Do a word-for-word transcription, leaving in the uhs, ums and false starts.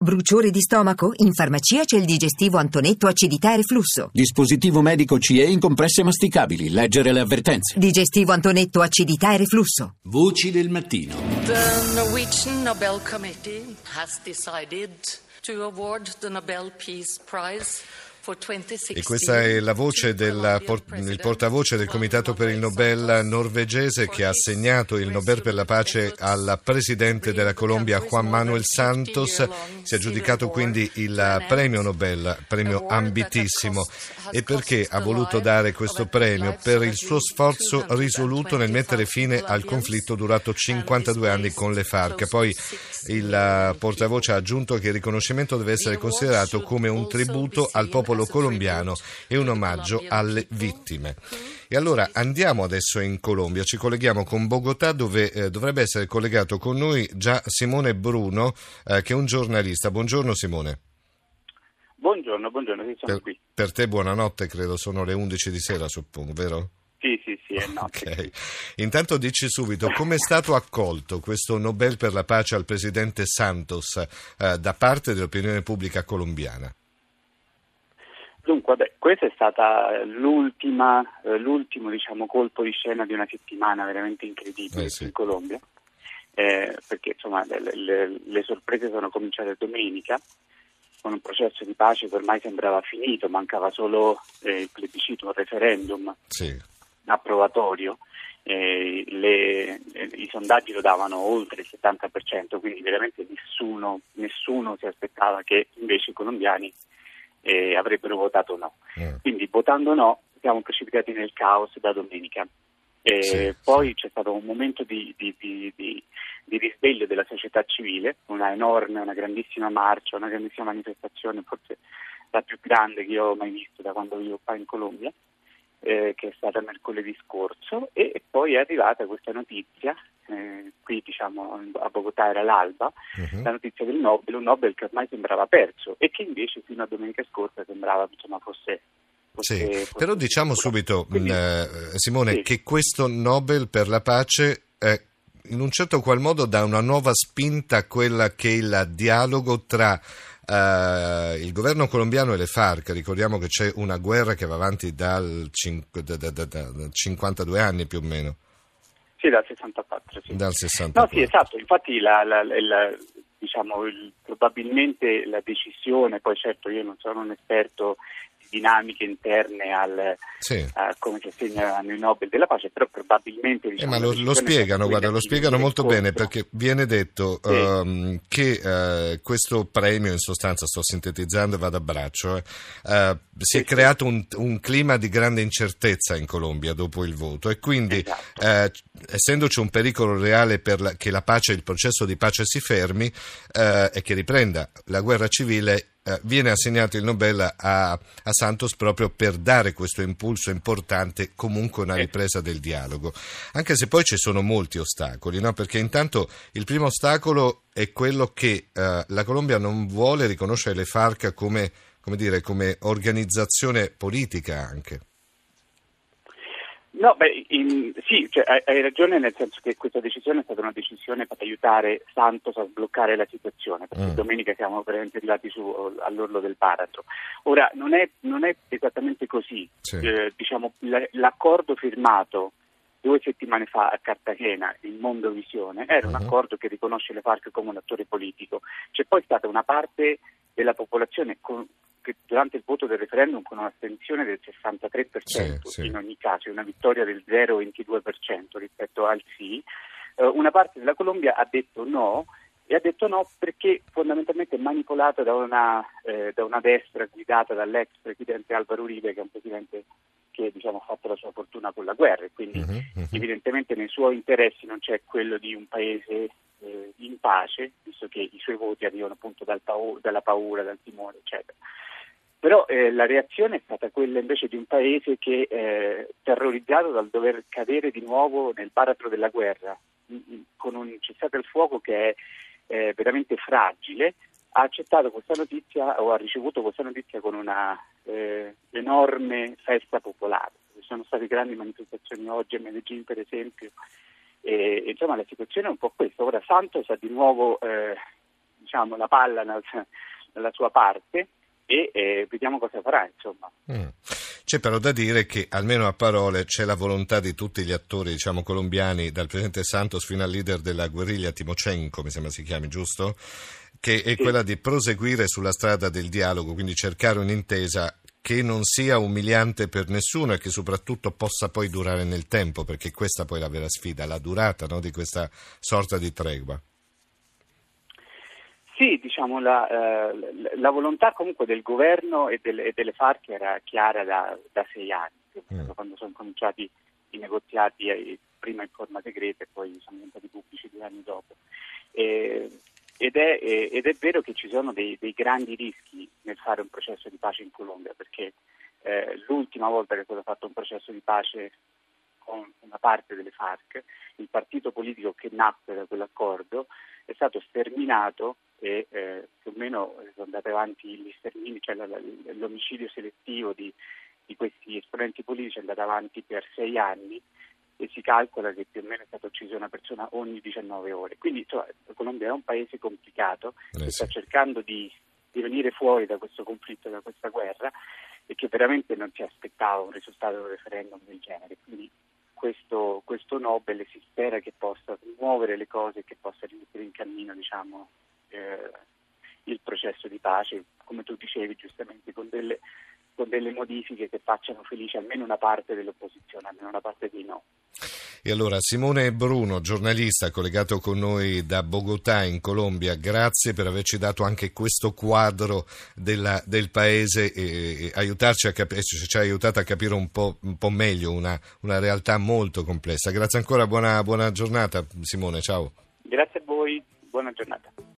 Bruciore di stomaco? In farmacia c'è il digestivo Antonetto acidità e reflusso. Dispositivo medico C E in compresse masticabili. Leggere le avvertenze. Digestivo Antonetto acidità e reflusso. Voci del mattino. The Norwegian Nobel Committee has decided to award the Nobel Peace Prize. E questa è la voce del il portavoce del Comitato per il Nobel norvegese che ha assegnato il Nobel per la pace al presidente della Colombia Juan Manuel Santos. Si è aggiudicato quindi il premio Nobel, premio ambitissimo. E perché ha voluto dare questo premio? Per il suo sforzo risoluto nel mettere fine al conflitto durato cinquantadue anni con le FARC. Poi il portavoce ha aggiunto che il riconoscimento deve essere considerato come un tributo al popolo colombiano e un omaggio alle vittime. E allora andiamo adesso in Colombia, ci colleghiamo con Bogotà dove eh, dovrebbe essere collegato con noi già Simone Bruno eh, che è un giornalista. Buongiorno Simone. Buongiorno, buongiorno, sì, sono per, qui. Per te buonanotte, credo sono le undici di sera, suppongo, vero? Sì, sì, sì, è notte. Ok. Intanto dici subito come è stato accolto questo Nobel per la pace al presidente Santos eh, da parte dell'opinione pubblica colombiana. Dunque, vabbè, questa è stata l'ultima, eh, l'ultimo diciamo, colpo di scena di una settimana veramente incredibile eh sì. in Colombia, eh, perché insomma le, le, le sorprese sono cominciate domenica con un processo di pace che ormai sembrava finito, mancava solo eh, il plebiscito, il referendum sì. approvatorio. Eh, le, eh, i sondaggi lo davano oltre il settanta per cento, quindi veramente nessuno, nessuno si aspettava che invece i colombiani Eh, avrebbero votato no. Mm. Quindi votando no siamo precipitati nel caos da domenica. Eh, sì, poi sì. C'è stato un momento di, di, di, di, di risveglio della società civile, una enorme, una grandissima marcia, una grandissima manifestazione, forse la più grande che io ho mai visto da quando vivo qua in Colombia, eh, che è stata mercoledì scorso, e, e poi è arrivata questa notizia. Eh, qui diciamo a Bogotà era l'alba, uh-huh. La notizia del Nobel, un Nobel che ormai sembrava perso e che invece fino a domenica scorsa sembrava insomma fosse, fosse, sì. fosse Però diciamo subito Quindi, eh, Simone sì. che questo Nobel per la pace eh, in un certo qual modo dà una nuova spinta a quella che è il dialogo tra Uh, il governo colombiano e le FARC. Ricordiamo che c'è una guerra che va avanti dal cinque, da, da, da, da cinquantadue anni più o meno. Sì, dal sessantaquattro. Sì. Dal sessantaquattro. No, sì, esatto. Infatti, la, la, la, diciamo, il, probabilmente la decisione, poi certo io non sono un esperto di dinamiche interne al, sì. a come si assegnano i Nobel della pace, però probabilmente diciamo, eh, ma lo, lo spiegano, guarda, lo spiegano molto bene perché viene detto sì. um, che uh, questo premio, in sostanza, sto sintetizzando e vado a braccio, eh, uh, si è sì, creato un, un clima di grande incertezza in Colombia dopo il voto e quindi esatto. uh, essendoci un pericolo reale per la, che la pace, il processo di pace si fermi uh, e che riprenda la guerra civile, Uh, viene assegnato il Nobel a, a Santos proprio per dare questo impulso importante, comunque una ripresa del dialogo, anche se poi ci sono molti ostacoli, no? Perché intanto il primo ostacolo è quello che uh, la Colombia non vuole riconoscere le FARC come, come dire, come organizzazione politica anche. No, beh, in, sì, cioè, hai, hai ragione nel senso che questa decisione è stata una decisione per aiutare Santos a sbloccare la situazione, perché mm. domenica siamo veramente arrivati su, all'orlo del baratro. Ora, non è, non è esattamente così. Sì. Eh, diciamo, l'accordo firmato due settimane fa a Cartagena, il Mondovisione, era un uh-huh. accordo che riconosce le FARC come un attore politico. C'è poi stata una parte della popolazione con, che durante il voto del referendum con un'astensione del sessantatré per cento sì, sì. in ogni caso, una vittoria del zero virgola ventidue per cento rispetto al sì, eh, una parte della Colombia ha detto no e ha detto no perché fondamentalmente è manipolata da una, eh, da una destra guidata dall'ex presidente Álvaro Uribe, che è un presidente che diciamo, ha fatto la sua fortuna con la guerra e quindi uh-huh, uh-huh. evidentemente nei suoi interessi non c'è quello di un paese eh, in pace, visto che i suoi voti arrivano appunto dal paura, dalla paura, dal timore, eccetera. Però eh, la reazione è stata quella invece di un paese che, eh, terrorizzato dal dover cadere di nuovo nel baratro della guerra, con un cessate il fuoco che è eh, veramente fragile, ha accettato questa notizia o ha ricevuto questa notizia con una eh, enorme festa popolare. Ci sono state grandi manifestazioni oggi a Medellin, per esempio, e, e insomma la situazione è un po' questa. Ora Santos ha di nuovo... Eh, diciamo, la palla nel, nella sua parte e eh, vediamo cosa farà, insomma. Mm. C'è però da dire che almeno a parole c'è la volontà di tutti gli attori, diciamo, colombiani, dal presidente Santos fino al leader della guerriglia Timochenko, mi sembra si chiami, giusto? Che è sì. quella di proseguire sulla strada del dialogo, quindi cercare un'intesa che non sia umiliante per nessuno e che soprattutto possa poi durare nel tempo, perché questa poi è la vera sfida, la durata, no, di questa sorta di tregua. Sì, diciamo la, eh, la volontà comunque del governo e delle, e delle FARC era chiara da, da sei anni, mm. quando sono cominciati i negoziati eh, prima in forma segreta e poi sono diventati pubblici due anni dopo. E, ed, è, eh, ed è vero che ci sono dei, dei grandi rischi nel fare un processo di pace in Colombia, perché eh, l'ultima volta che è stato fatto un processo di pace con una parte delle FARC, il partito politico che nacque da quell'accordo è stato sterminato e eh, più o meno sono andati avanti gli stermini, cioè la, la, l'omicidio selettivo di, di questi esponenti politici è andato avanti per sei anni e si calcola che più o meno è stata uccisa una persona ogni diciannove ore. Quindi insomma, la Colombia è un paese complicato eh che sì. sta cercando di, di venire fuori da questo conflitto, da questa guerra, e che veramente non si aspettava un risultato del referendum del genere. Quindi questo, questo Nobel si spera che possa muovere le cose, che possa rimettere in cammino, diciamo, eh, il processo di pace, come tu dicevi giustamente, con delle, con delle modifiche che facciano felice almeno una parte dell'opposizione, almeno una parte dei no. E allora Simone Bruno, giornalista collegato con noi da Bogotà in Colombia, grazie per averci dato anche questo quadro della, del paese e, e aiutarci a capire, ci ha aiutato a capire un po', un po' meglio una, una realtà molto complessa. Grazie ancora, buona, buona giornata Simone, ciao. Grazie a voi, buona giornata.